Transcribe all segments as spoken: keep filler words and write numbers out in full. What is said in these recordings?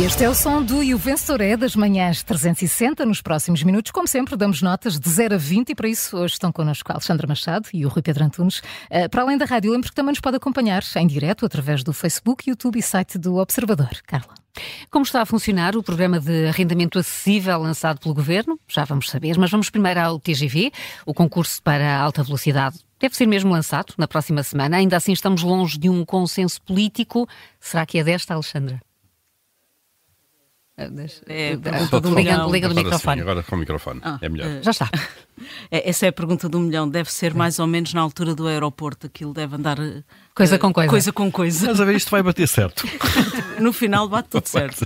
Este é o som do E o Vencedor é das manhãs trezentos e sessenta. Nos próximos minutos, como sempre, damos notas de zero a vinte e para isso hoje estão connosco a Alexandra Machado e o Rui Pedro Antunes. Para além da rádio, lembro que também nos pode acompanhar em direto através do Facebook, YouTube e site do Observador. Carla. Como está a funcionar o programa de arrendamento acessível lançado pelo Governo? Já vamos saber, mas vamos primeiro ao T G V, o concurso para a alta velocidade. Deve ser mesmo lançado na próxima semana. Ainda assim estamos longe de um consenso político. Será que é desta, Alexandra? É, do liga, liga do microfone. Sim, agora com o microfone. Ah, é melhor. Já está. Essa é a pergunta do milhão. Deve ser mais ou menos na altura do aeroporto. Aquilo deve andar... Coisa com coisa. Coisa com coisa. Mas a ver, isto vai bater certo. No final bate tudo certo.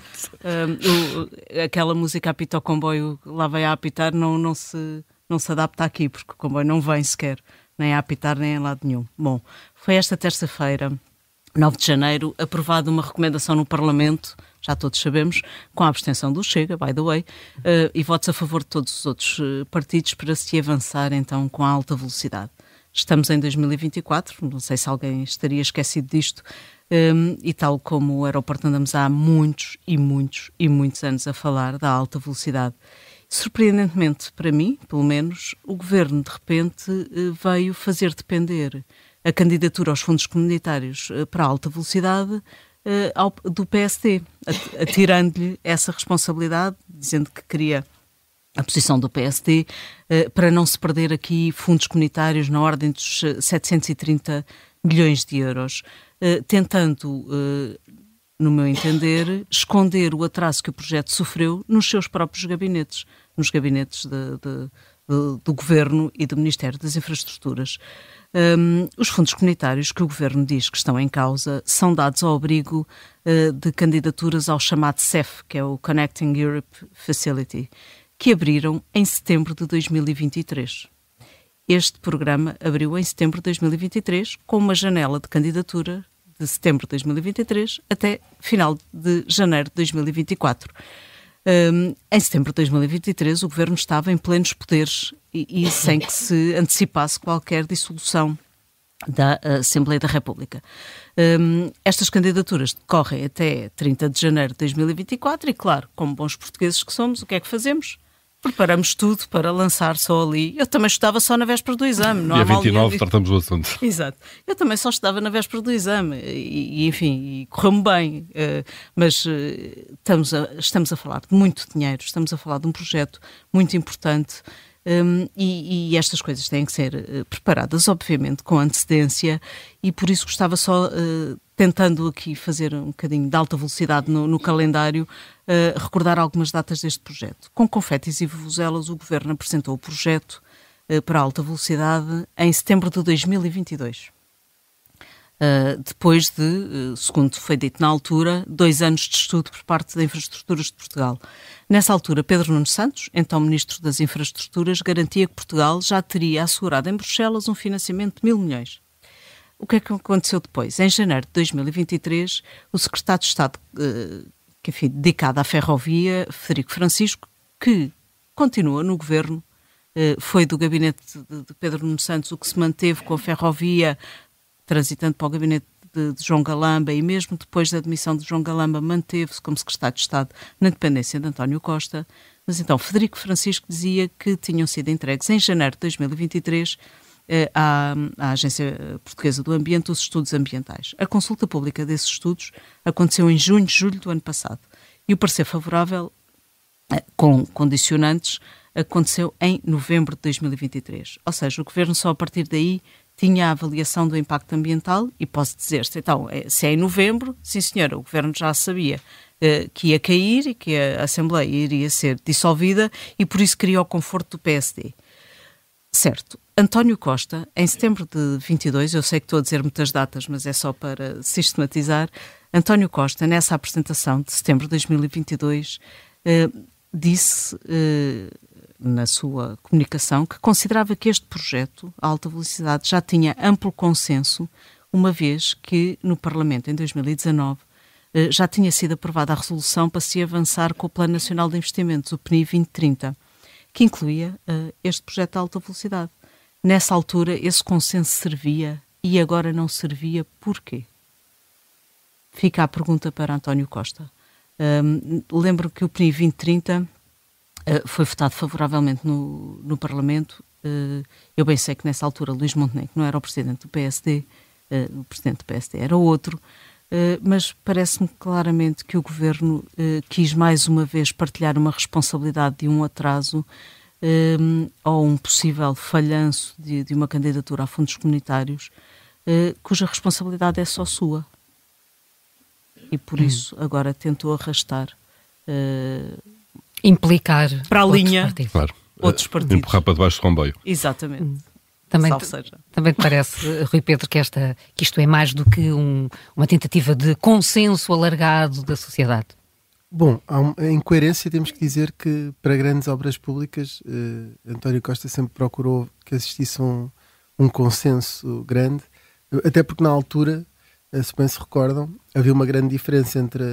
Um, o, aquela música apita ao comboio, lá vai a apitar, não, não, se, não se adapta aqui, porque o comboio não vem sequer, nem a apitar, nem em lado nenhum. Bom, foi esta terça-feira, nove de janeiro, aprovada uma recomendação no Parlamento, já todos sabemos, com a abstenção do Chega, by the way, uh, e votos a favor de todos os outros uh, partidos para se avançar então com a alta velocidade. Estamos em dois mil e vinte e quatro, não sei se alguém estaria esquecido disto, um, e tal como o aeroporto andamos há muitos e muitos e muitos anos a falar da alta velocidade. Surpreendentemente, para mim, pelo menos, o Governo de repente uh, veio fazer depender a candidatura aos fundos comunitários uh, para a alta velocidade Uh, ao, do P S D, atirando-lhe essa responsabilidade, dizendo que queria a posição do P S D uh, para não se perder aqui fundos comunitários na ordem dos setecentos e trinta milhões de euros, uh, tentando, uh, no meu entender, esconder o atraso que o projeto sofreu nos seus próprios gabinetes, nos gabinetes de, de, de, do Governo e do Ministério das Infraestruturas. Um, os fundos comunitários que o Governo diz que estão em causa são dados ao abrigo uh, de candidaturas ao chamado C E F, que é o Connecting Europe Facility, que abriram em setembro de dois mil e vinte e três. Este programa abriu em setembro de dois mil e vinte e três, com uma janela de candidatura de setembro de dois mil e vinte e três até final de janeiro de dois mil e vinte e quatro. Um, em setembro de dois mil e vinte e três o Governo estava em plenos poderes e, e sem que se antecipasse qualquer dissolução da Assembleia da República. Um, estas candidaturas decorrem até trinta de janeiro de dois mil e vinte e quatro e, claro, como bons portugueses que somos, o que é que fazemos? Preparamos tudo para lançar só ali. Eu também estudava só na véspera do exame. Não Dia há mal vinte e nove nenhum. tratamos o assunto. Exato. Eu também só estudava na véspera do exame e, e enfim, e correu-me bem. Uh, mas uh, estamos, a, estamos a falar de muito dinheiro, estamos a falar de um projeto muito importante um, e, e estas coisas têm que ser uh, preparadas, obviamente, com antecedência e por isso gostava só... Uh, tentando aqui fazer um bocadinho de alta velocidade no, no calendário, uh, recordar algumas datas deste projeto. Com confetes e vuvuzelas, o Governo apresentou o projeto uh, para alta velocidade em setembro de dois mil e vinte e dois. Uh, depois de, uh, segundo foi dito na altura, dois anos de estudo por parte da Infraestruturas de Portugal. Nessa altura, Pedro Nuno Santos, então Ministro das Infraestruturas, garantia que Portugal já teria assegurado em Bruxelas um financiamento de mil milhões. O que é que aconteceu depois? Em janeiro de dois mil e vinte e três, o secretário de Estado uh, que, enfim, dedicado à ferrovia, Frederico Francisco, que continua no Governo, uh, foi do gabinete de, de Pedro Nuno Santos o que se manteve com a ferrovia, transitando para o gabinete de, de João Galamba, e mesmo depois da admissão de João Galamba manteve-se como secretário de Estado na dependência de António Costa. Mas então, Frederico Francisco dizia que tinham sido entregues em janeiro de dois mil e vinte e três À, à Agência Portuguesa do Ambiente os estudos ambientais. A consulta pública desses estudos aconteceu em junho, julho do ano passado e o parecer favorável, com condicionantes, aconteceu em novembro de dois mil e vinte e três. Ou seja, o Governo só a partir daí tinha a avaliação do impacto ambiental e posso dizer-se, então, se é em novembro, sim senhora, o Governo já sabia uh, que ia cair e que a Assembleia iria ser dissolvida e por isso queria o conforto do P S D. Certo. António Costa, em setembro de vinte e dois, eu sei que estou a dizer muitas datas, mas é só para sistematizar, António Costa, nessa apresentação de setembro de dois mil e vinte e dois, eh, disse eh, na sua comunicação que considerava que este projeto, a alta velocidade, já tinha amplo consenso, uma vez que no Parlamento, em dois mil e dezanove, eh, já tinha sido aprovada a resolução para se avançar com o Plano Nacional de Investimentos, o P N I vinte trinta, que incluía uh, este projeto de alta velocidade. Nessa altura, esse consenso servia e agora não servia. Porquê? Fica a pergunta para António Costa. Um, lembro que o P N I vinte trinta uh, foi votado favoravelmente no, no Parlamento. Uh, eu bem sei que nessa altura Luís Montenegro não era o presidente do P S D, uh, o presidente do P S D era outro, uh, mas parece-me claramente que o Governo uh, quis mais uma vez partilhar uma responsabilidade de um atraso um, ou um possível falhanço de, de uma candidatura a fundos comunitários, uh, cuja responsabilidade é só sua. E por hum. isso agora tentou arrastar, uh, implicar para a linha partidos. Claro. outros partidos. Empurrar para debaixo do comboio. Exatamente. Hum. Também, também te parece, Rui Pedro, que, esta, que isto é mais do que um, uma tentativa de consenso alargado da sociedade? Bom, um, em coerência temos que dizer que para grandes obras públicas eh, António Costa sempre procurou que existisse um, um consenso grande, até porque na altura, se bem se recordam, havia uma grande diferença entre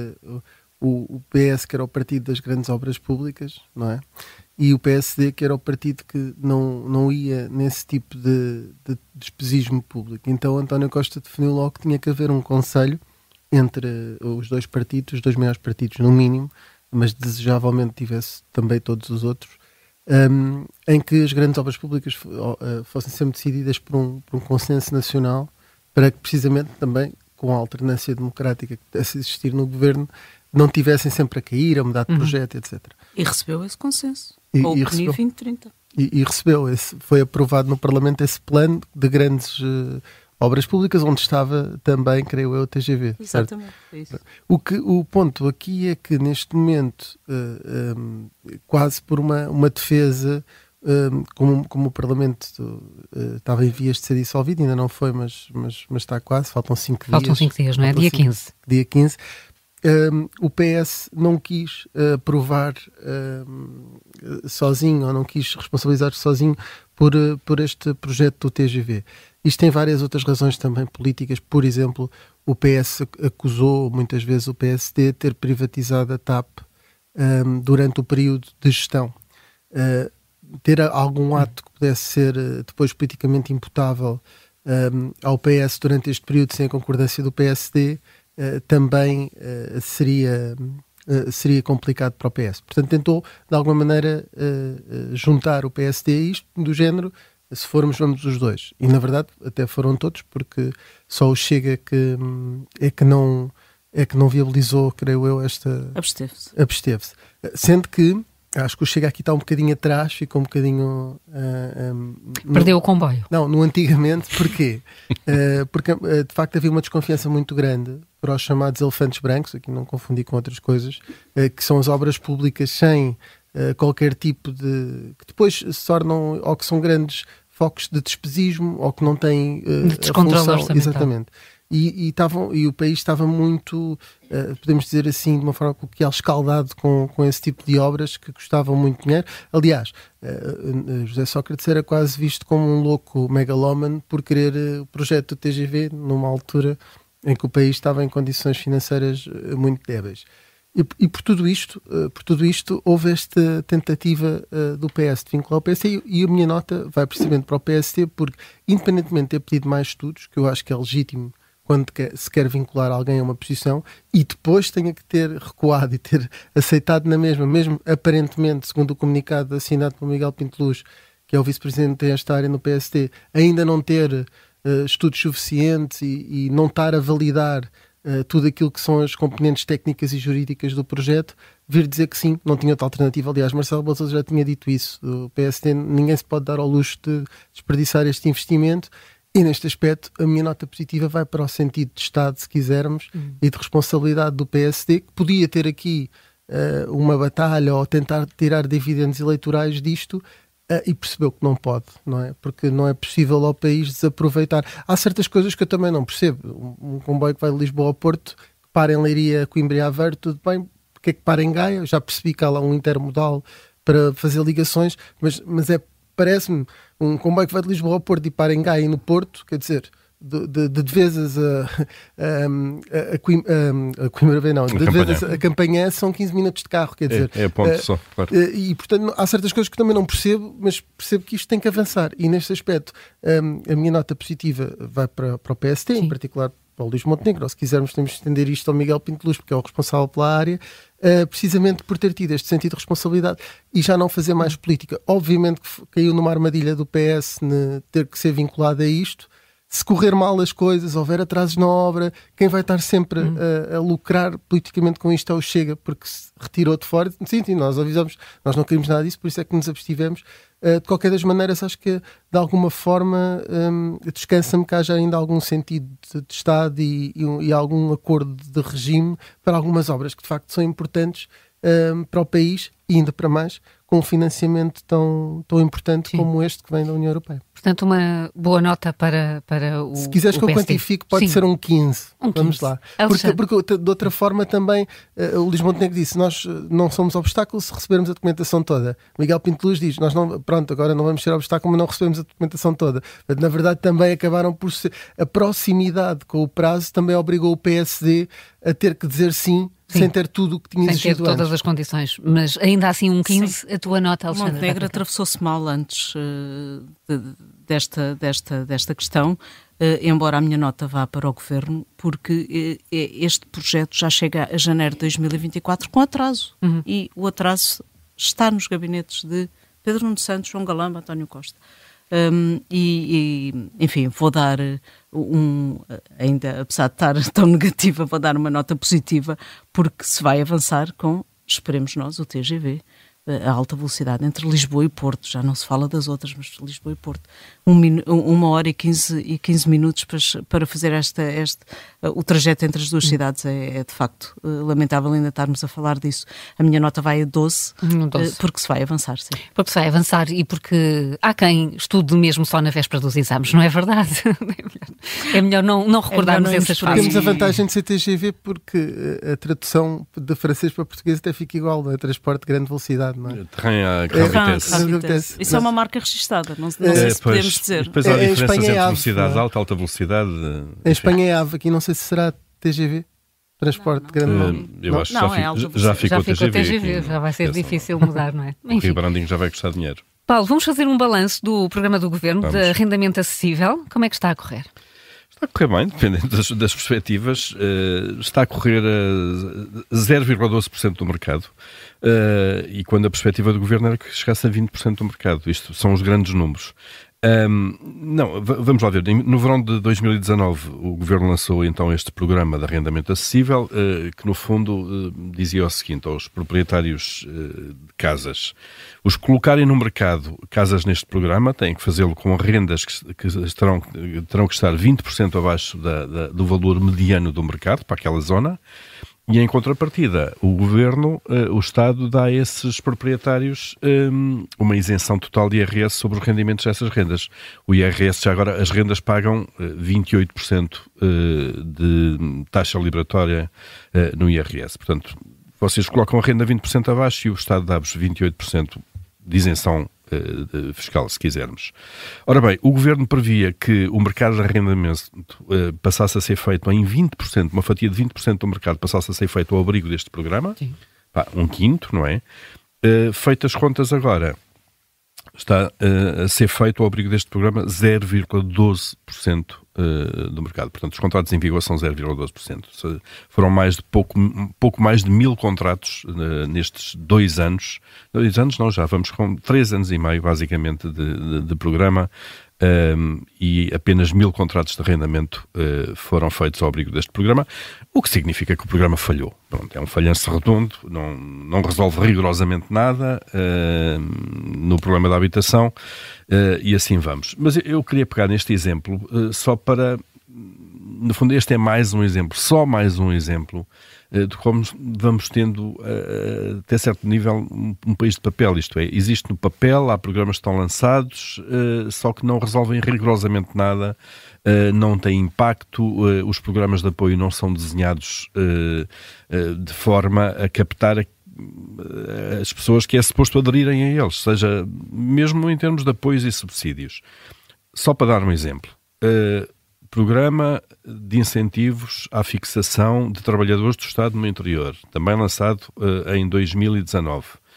o, o P S, que era o partido das grandes obras públicas, não é? E o P S D, que era o partido que não, não ia nesse tipo de, de despesismo público. Então António Costa definiu logo que tinha que haver um conselho entre os dois partidos, os dois maiores partidos no mínimo, mas desejavelmente tivesse também todos os outros, um, em que as grandes obras públicas fossem sempre decididas por um, por um consenso nacional, para que precisamente também, com a alternância democrática que pudesse existir no governo, não tivessem sempre a cair, a mudar de projeto, uhum. etcétera. E recebeu esse consenso, e, com e o P N I vinte trinta. E, e recebeu, esse, foi aprovado no Parlamento esse plano de grandes uh, obras públicas, onde estava também, creio eu, o T G V. Exatamente, é isso. O, que, o ponto aqui é que, neste momento, uh, um, quase por uma, uma defesa, um, como, como o Parlamento uh, estava em vias de ser dissolvido, ainda não foi, mas, mas, mas está quase, faltam cinco dias. Faltam cinco dias, não é? Dia cinco, quinze. Dia quinze. Um, o P S não quis uh, aprovar um, sozinho, ou não quis responsabilizar sozinho por, uh, por este projeto do T G V. Isto tem várias outras razões também políticas. Por exemplo, o P S acusou muitas vezes o P S D de ter privatizado a TAP um, durante o período de gestão. Uh, ter algum ato que pudesse ser uh, depois politicamente imputável um, ao P S durante este período sem a concordância do P S D Uh, também uh, seria, uh, seria complicado para o P S. Portanto, tentou, de alguma maneira, uh, uh, juntar o P S D a isto, do género, se formos, vamos os dois. E, na verdade, até foram todos, porque só o Chega que, um, é, que não, é que não viabilizou, creio eu, esta... Absteve-se. Absteve-se. Sendo que, acho que o Chega aqui está um bocadinho atrás, ficou um bocadinho... Uh, um, Perdeu no, o comboio. Não, no antigamente. Porquê? uh, porque, uh, de facto, havia uma desconfiança muito grande para os chamados elefantes brancos, aqui não confundi com outras coisas, uh, que são as obras públicas sem uh, qualquer tipo de... que depois se tornam, ou que são grandes focos de despesismo, ou que não têm uh, de descontrole a função... orçamental. Exatamente. E, e, tavam, e o país estava muito, uh, podemos dizer assim, de uma forma coloquial, escaldado com, com esse tipo de obras que custavam muito dinheiro. Aliás, uh, uh, José Sócrates era quase visto como um louco megalómano por querer uh, o projeto do T G V numa altura em que o país estava em condições financeiras uh, muito débeis. E, e por tudo isto, uh, por tudo isto, houve esta tentativa uh, do P S de vincular o P S D, e, e a minha nota vai precisamente para o P S D, porque, independentemente de ter pedido mais estudos, que eu acho que é legítimo quando se quer vincular alguém a uma posição, e depois tenha que ter recuado e ter aceitado na mesma, mesmo aparentemente, segundo o comunicado assinado por Miguel Pinto Luz, que é o vice-presidente desta área no P S D, ainda não ter uh, estudos suficientes e, e não estar a validar uh, tudo aquilo que são as componentes técnicas e jurídicas do projeto, vir dizer que sim, não tinha outra alternativa. Aliás, Marcelo Rebelo de Sousa já tinha dito isso. O P S D, ninguém se pode dar ao luxo de desperdiçar este investimento. E neste aspecto, a minha nota positiva vai para o sentido de Estado, se quisermos, uhum. e de responsabilidade do P S D, que podia ter aqui uh, uma batalha ou tentar tirar dividendos eleitorais disto, uh, e percebeu que não pode, não é? Porque não é possível ao país desaproveitar. Há certas coisas que eu também não percebo. Um, um comboio que vai de Lisboa ao Porto, que para em Leiria, Coimbra e Aveiro, tudo bem. Porque é que para em Gaia? Já percebi que há lá um intermodal para fazer ligações, mas, mas é parece-me um comboio que vai de Lisboa ao Porto e para em Gaia e no Porto, quer dizer, de, de, de Devesas a, a, a, a, a Coimbra, não, de Devesas a Campanhã são quinze minutos de carro, quer dizer. É, é ponto uh, só, claro. Uh, e portanto há certas coisas que também não percebo, mas percebo que isto tem que avançar. E neste aspecto, um, a minha nota positiva vai para, para o P S D, Sim. em particular para o Luís Montenegro, ou se quisermos podemos estender isto ao Miguel Pinto Luz, porque é o responsável pela área, uh, precisamente por ter tido este sentido de responsabilidade e já não fazer mais política. Obviamente que caiu numa armadilha do P S ter que ser vinculado a isto. Se correr mal as coisas, houver atrasos na obra, quem vai estar sempre hum. a, a lucrar politicamente com isto é o Chega, porque se retirou de fora. Sim, sim, nós avisamos, nós não queríamos nada disso, por isso é que nos abstivemos. Uh, de qualquer das maneiras, acho que de alguma forma um, descansa-me que haja ainda algum sentido de, de Estado e, e, e algum acordo de regime para algumas obras que de facto são importantes um, para o país e ainda para mais, com um financiamento tão, tão importante Sim. como este que vem da União Europeia. Portanto, uma boa nota para, para o Se quiseres o que eu P S D. quantifique, pode Sim. ser um quinze. Um Vamos quinze. lá. Porque, porque de outra forma também, uh, o Luís Montenegro disse, nós não somos obstáculo se recebermos a documentação toda. Miguel Pinto Luz diz, nós não, pronto, agora não vamos ser obstáculo, mas não recebemos a documentação toda. Mas, na verdade, também acabaram por ser... A proximidade com o prazo também obrigou o P S D a ter que dizer sim, sim. sem ter tudo o que tinha exigido Sem ter todas antes. as condições. Mas ainda assim um quinze, sim. a tua nota, Alexandre? Montenegro atravessou-se mal antes uh, de, desta, desta, desta questão, uh, embora a minha nota vá para o Governo, porque uh, este projeto já chega a janeiro de dois mil e vinte e quatro com atraso. Uhum. E o atraso está nos gabinetes de Pedro Nuno Santos, João Galamba, António Costa. Um, e, e, enfim, vou dar um, ainda, apesar de estar tão negativa, vou dar uma nota positiva, porque se vai avançar com, esperemos nós, o T G V, a alta velocidade entre Lisboa e Porto, já não se fala das outras, mas Lisboa e Porto, um, uma hora e quinze, e quinze minutos para, para fazer esta, este, o trajeto entre as duas cidades é, é de facto lamentável ainda estarmos a falar disso. A minha nota vai a doze, um doze. Porque se vai avançar, sim. Porque se vai avançar e porque há quem estude mesmo só na véspera dos exames, não é verdade? É melhor não, não recordarmos é essas fases. Temos a vantagem de ser T G V porque a tradução de francês para português até fica igual, não é? Transporte de grande velocidade. Terrain à grande vitesse. Isso é uma marca registada, não, não é, sei se podemos dizer. Depois há é, diferenças entre é velocidade alta, alta velocidade. Em Espanha é A V, aqui não sei se será T G V. Transporte de grande uh, Eu não, acho não, que já, é fico, já ficou já T G V. T G V aqui, já vai ser difícil mudar, não é? O rebranding já vai custar dinheiro. Paulo, vamos fazer um balanço do programa do Governo vamos. de arrendamento acessível. Como é que está a correr? Está a correr bem, dependendo das, das perspectivas. Uh, está a correr a zero vírgula doze por cento do mercado. Uh, e quando a perspectiva do Governo era que chegasse a vinte por cento do mercado. Isto são os grandes números. Um, não, vamos lá ver. No verão de dois mil e dezanove, o Governo lançou então este programa de arrendamento acessível, uh, que no fundo uh, dizia o seguinte aos proprietários uh, de casas: os que colocarem no mercado casas neste programa têm que fazê-lo com rendas que, que terão, terão que estar vinte por cento abaixo da, da, do valor mediano do mercado para aquela zona. E em contrapartida, o Governo, uh, o Estado, dá a esses proprietários um, uma isenção total de I R S sobre os rendimentos dessas rendas. O I R S, já agora, as rendas pagam uh, vinte e oito por cento uh, de taxa liberatória uh, no I R S. Portanto, vocês colocam a renda vinte por cento abaixo e o Estado dá-vos vinte e oito por cento de isenção uh, fiscal, se quisermos. Ora bem, o Governo previa que o mercado de arrendamento uh, passasse a ser feito em vinte por cento, uma fatia de vinte por cento do mercado passasse a ser feito ao abrigo deste programa. Sim. Pá, um quinto, não é? Uh, feitas contas agora, está uh, a ser feito ao abrigo deste programa zero vírgula doze por cento uh, do mercado. Portanto, os contratos em vigor são zero vírgula doze por cento. Foram mais de pouco, pouco mais de mil contratos uh, nestes dois anos. Dois anos não, já vamos com três anos e meio, basicamente, de, de, de programa. Um, e apenas mil contratos de arrendamento uh, foram feitos ao abrigo deste programa, o que significa que o programa falhou. Pronto, é um falhanço redondo, não, não resolve rigorosamente nada uh, no problema da habitação uh, e assim vamos. Mas eu, eu queria pegar neste exemplo uh, só para, no fundo este é mais um exemplo, só mais um exemplo uh, de como vamos tendo uh, até certo nível um, um país de papel, isto é, existe no papel, há programas que estão lançados, uh, só que não resolvem rigorosamente nada, uh, não têm impacto, uh, os programas de apoio não são desenhados uh, uh, de forma a captar a as pessoas que é suposto aderirem a eles, seja mesmo em termos de apoios e subsídios. Só para dar um exemplo, uh, programa de incentivos à fixação de trabalhadores do Estado no interior, também lançado uh, em dois mil e dezanove.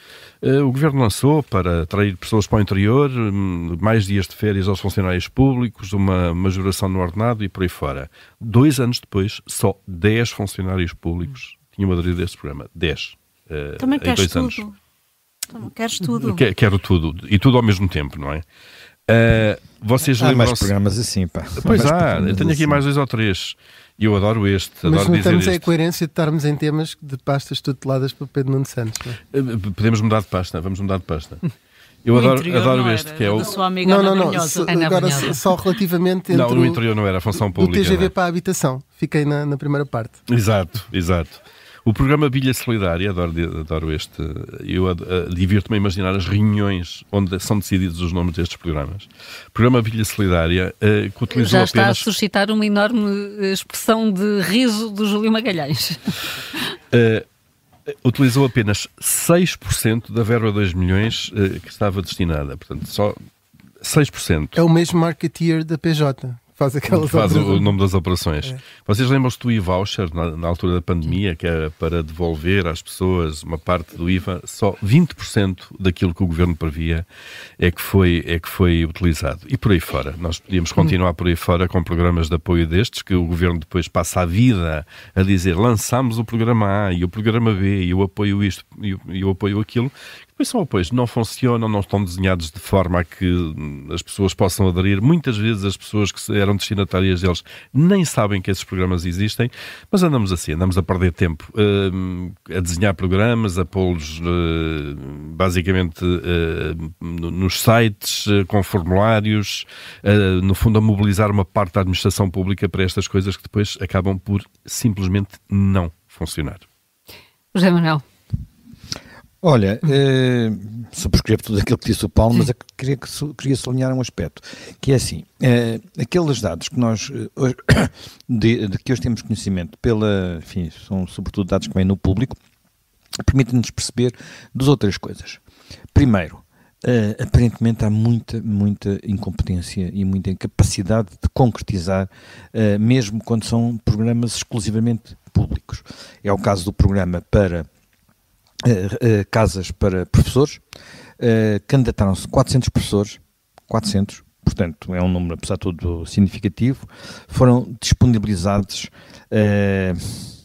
O Governo lançou para atrair pessoas para o interior, mais dias de férias aos funcionários públicos, uma majoração no ordenado e por aí fora. Dois anos depois, só dez funcionários públicos tinham aderido a este programa. dez. Também em queres dois tudo. Anos. Também queres tudo. Quero tudo. E tudo ao mesmo tempo, não é? Uh, vocês há lembram-se... mais programas assim, pá. Pois há, eu tenho aqui assim. mais dois ou três. E eu adoro este, Mas adoro não dizer temos este. a coerência de estarmos em temas de pastas tuteladas para Pedro Nuno Santos, não é? Podemos mudar de pasta, vamos mudar de pasta. Eu O adoro, interior adoro não este, era, que é o... da sua amiga Não, Ana não, não. Brunhosa. Se- Ana agora Brunhosa. só relativamente entre Não, o o, interior não era a função do pública. T G V não é? para a habitação. Fiquei na, na primeira parte. Exato, exato. O programa Bilha Solidária, adoro, adoro este, eu ad- uh, divirto-me a imaginar as reuniões onde são decididos os nomes destes programas. O programa Bilha Solidária, uh, que utilizou Já está apenas... a suscitar uma enorme expressão de riso do Júlio Magalhães. Uh, utilizou apenas seis por cento da verba de dois milhões uh, que estava destinada. Portanto, só seis por cento. É o mesmo marketeer da P J. Faz aquelas Faz o, o operações. nome das operações. É. Vocês lembram-se do e-voucher na, na altura da pandemia, que era para devolver às pessoas uma parte do I V A? Só vinte por cento daquilo que o Governo previa é que foi, é que foi utilizado. E por aí fora. Nós podíamos continuar por aí fora com programas de apoio destes, que o Governo depois passa a vida a dizer lançámos o programa A e o programa B e o apoio isto e o, e o apoio aquilo. Depois são apoios que não funcionam, não estão desenhados de forma a que as pessoas possam aderir. Muitas vezes as pessoas que eram destinatárias deles nem sabem que esses programas existem, mas andamos assim, andamos a perder tempo uh, a desenhar programas, a pô-los uh, basicamente uh, nos sites, uh, com formulários, uh, no fundo a mobilizar uma parte da administração pública para estas coisas que depois acabam por simplesmente não funcionar. José Manuel. Olha, eh, subscrevo tudo aquilo que disse o Paulo, mas eu queria, que su- queria sublinhar um aspecto, que é assim, eh, aqueles dados que nós, eh, hoje, de, de que hoje temos conhecimento, pela, enfim, são sobretudo dados que vêm no público, permitem-nos perceber duas ou três coisas. Primeiro, eh, aparentemente há muita, muita incompetência e muita incapacidade de concretizar, eh, mesmo quando são programas exclusivamente públicos. É o caso do programa para Uh, uh, casas para professores, uh, candidataram-se quatrocentos professores, quatrocentos, portanto é um número apesar de tudo significativo, foram disponibilizados, uh,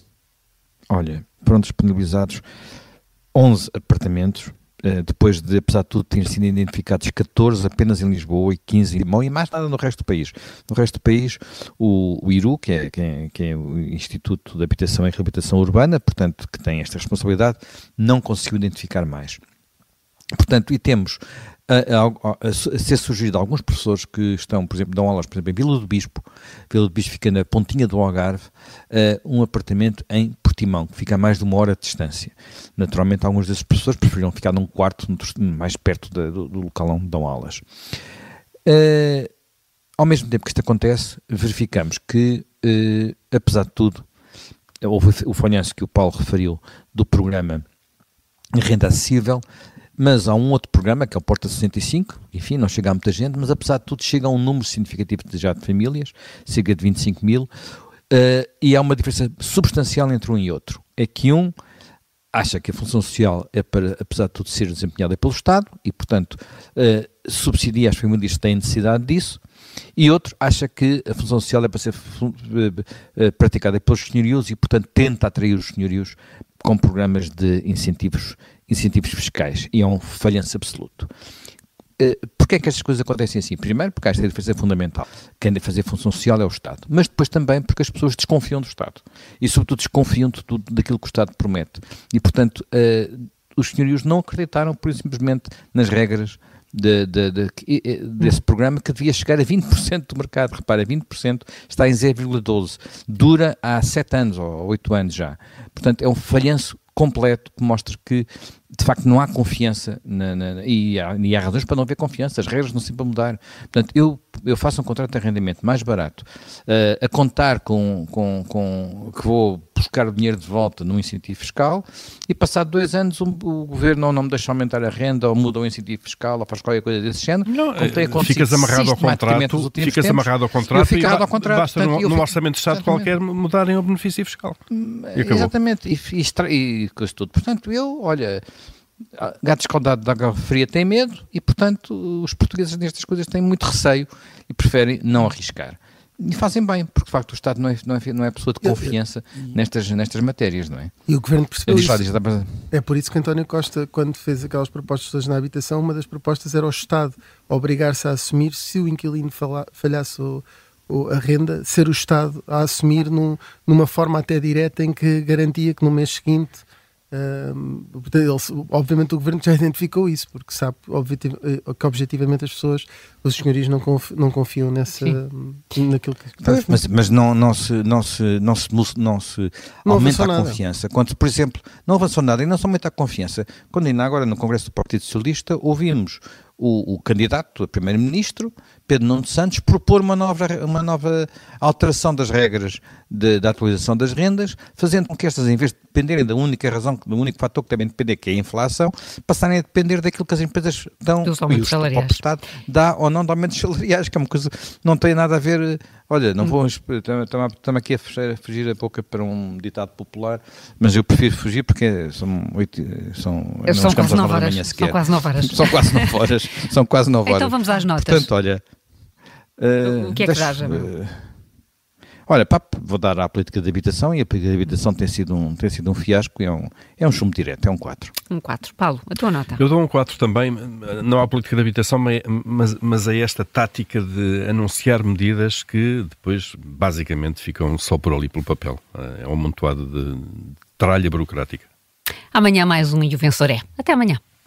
olha, foram disponibilizados onze apartamentos, uh, depois de apesar de tudo terem sido identificados catorze apenas em Lisboa e quinze em Limão e mais nada no resto do país. No resto do país o, o I R U, que é, que, é, que é o Instituto de Habitação e Reabilitação Urbana, portanto que tem esta responsabilidade, não conseguiu identificar mais. Portanto, e temos a, a, a, a ser surgido alguns professores que estão, por exemplo, dão aulas, por exemplo, em Vila do Bispo, Vila do Bispo fica na pontinha do Algarve, uh, um apartamento em Portimão, que fica a mais de uma hora de distância. Naturalmente, alguns desses professores preferiram ficar num quarto mais perto de, do, do local onde dão aulas. Uh, ao mesmo tempo que isto acontece, verificamos que, uh, apesar de tudo, houve o falhanço que o Paulo referiu do programa Renda Acessível, mas há um outro programa, que é o Porta sessenta e cinco, enfim, não chega a muita gente, mas apesar de tudo chega a um número significativo de, já de famílias, cerca de vinte e cinco mil, uh, e há uma diferença substancial entre um e outro. É que um acha que a função social é para, apesar de tudo, ser desempenhada pelo Estado e, portanto, uh, subsidia as famílias que têm necessidade disso, e outro acha que a função social é para ser uh, uh, praticada pelos senhorios e, portanto, tenta atrair os senhorios com programas de incentivos, incentivos fiscais, e é um falhanço absoluto. Uh, Porquê é que estas coisas acontecem assim? Primeiro, porque esta diferença é fundamental. Quem deve fazer função social é o Estado. Mas depois também porque as pessoas desconfiam do Estado. E, sobretudo, desconfiam de tudo daquilo que o Estado promete. E, portanto, uh, os senhorios não acreditaram, por simplesmente, nas regras de, de, de, de, desse programa, que devia chegar a vinte por cento do mercado. Repara, vinte por cento está em zero vírgula doze. Dura há sete anos ou oito anos já. Portanto, é um falhanço completo que mostra que, de facto, não há confiança na, na, e, há, e há razões para não haver confiança, as regras não sempre a mudar. Portanto, eu, eu faço um contrato de arrendamento mais barato, uh, a contar com, com, com que vou buscar o dinheiro de volta num incentivo fiscal, e passado dois anos o, o governo ou não me deixa aumentar a renda, ou muda o incentivo fiscal, ou faz qualquer coisa desse género. Não, como tem acontecido ficas amarrado ao contrato, ficas tempos, amarrado ao contrato, fico e amarrado ao contrato, basta portanto, num, eu num fico, orçamento de Estado exatamente. qualquer mudarem o benefício fiscal. E acabou. Exatamente, e, e, e coisa tudo. Portanto, eu, olha, gato escaldado de água fria tem medo e, portanto, os portugueses nestas coisas têm muito receio e preferem não arriscar. E fazem bem, porque de facto o Estado não é, não é, não é pessoa de confiança nestas, nestas matérias, não é? E o Governo percebeu É isso. difícil. É por isso que António Costa, quando fez aquelas propostas todas na habitação, uma das propostas era o Estado obrigar-se a assumir, se o inquilino fala- falhasse o, o, a renda, ser o Estado a assumir num, numa forma até direta em que garantia que no mês seguinte... Um, ele, obviamente o Governo já identificou isso, porque sabe objetiv, que objetivamente as pessoas, os senhorios não, conf, não confiam nessa, naquilo que está pois, mas, mas não, não se, não se, não se, não se não aumenta a nada. confiança. Quando, por exemplo, não avançou nada e não se aumenta a confiança. Quando ainda agora no Congresso do Partido Socialista ouvimos o, o candidato a primeiro-ministro, Pedro Nuno Santos, propor uma nova, uma nova alteração das regras de, da atualização das rendas, fazendo com que estas, em vez de dependerem da única razão, do único fator que devem depender, que é a inflação, passarem a depender daquilo que as empresas dão Dos e aumentos o salariais. próprio Estado dá ou não de aumentos salariais, que é uma coisa que não tem nada a ver. Olha, não vou, estamos aqui a fugir, a fugir a boca para um ditado popular, mas eu prefiro fugir porque são oito, são, Eles não são quase chegamos às nove nove da horas. manhã São sequer. quase nove horas. São quase nove horas. São quase nove horas. Então vamos às notas. Portanto, olha... Uh, O que é que deixa, dá, Jamil? uh, Olha, pá, vou dar à política de habitação e a política de habitação tem sido um, tem sido um fiasco, é um, é um chumbo direto, é um quatro. Um quatro. Paulo, a tua nota? Eu dou um quatro também, não à política de habitação, mas, mas a esta tática de anunciar medidas que depois basicamente ficam só por ali pelo papel. É um amontoado de tralha burocrática. Amanhã mais um e o vencedor é. Até amanhã.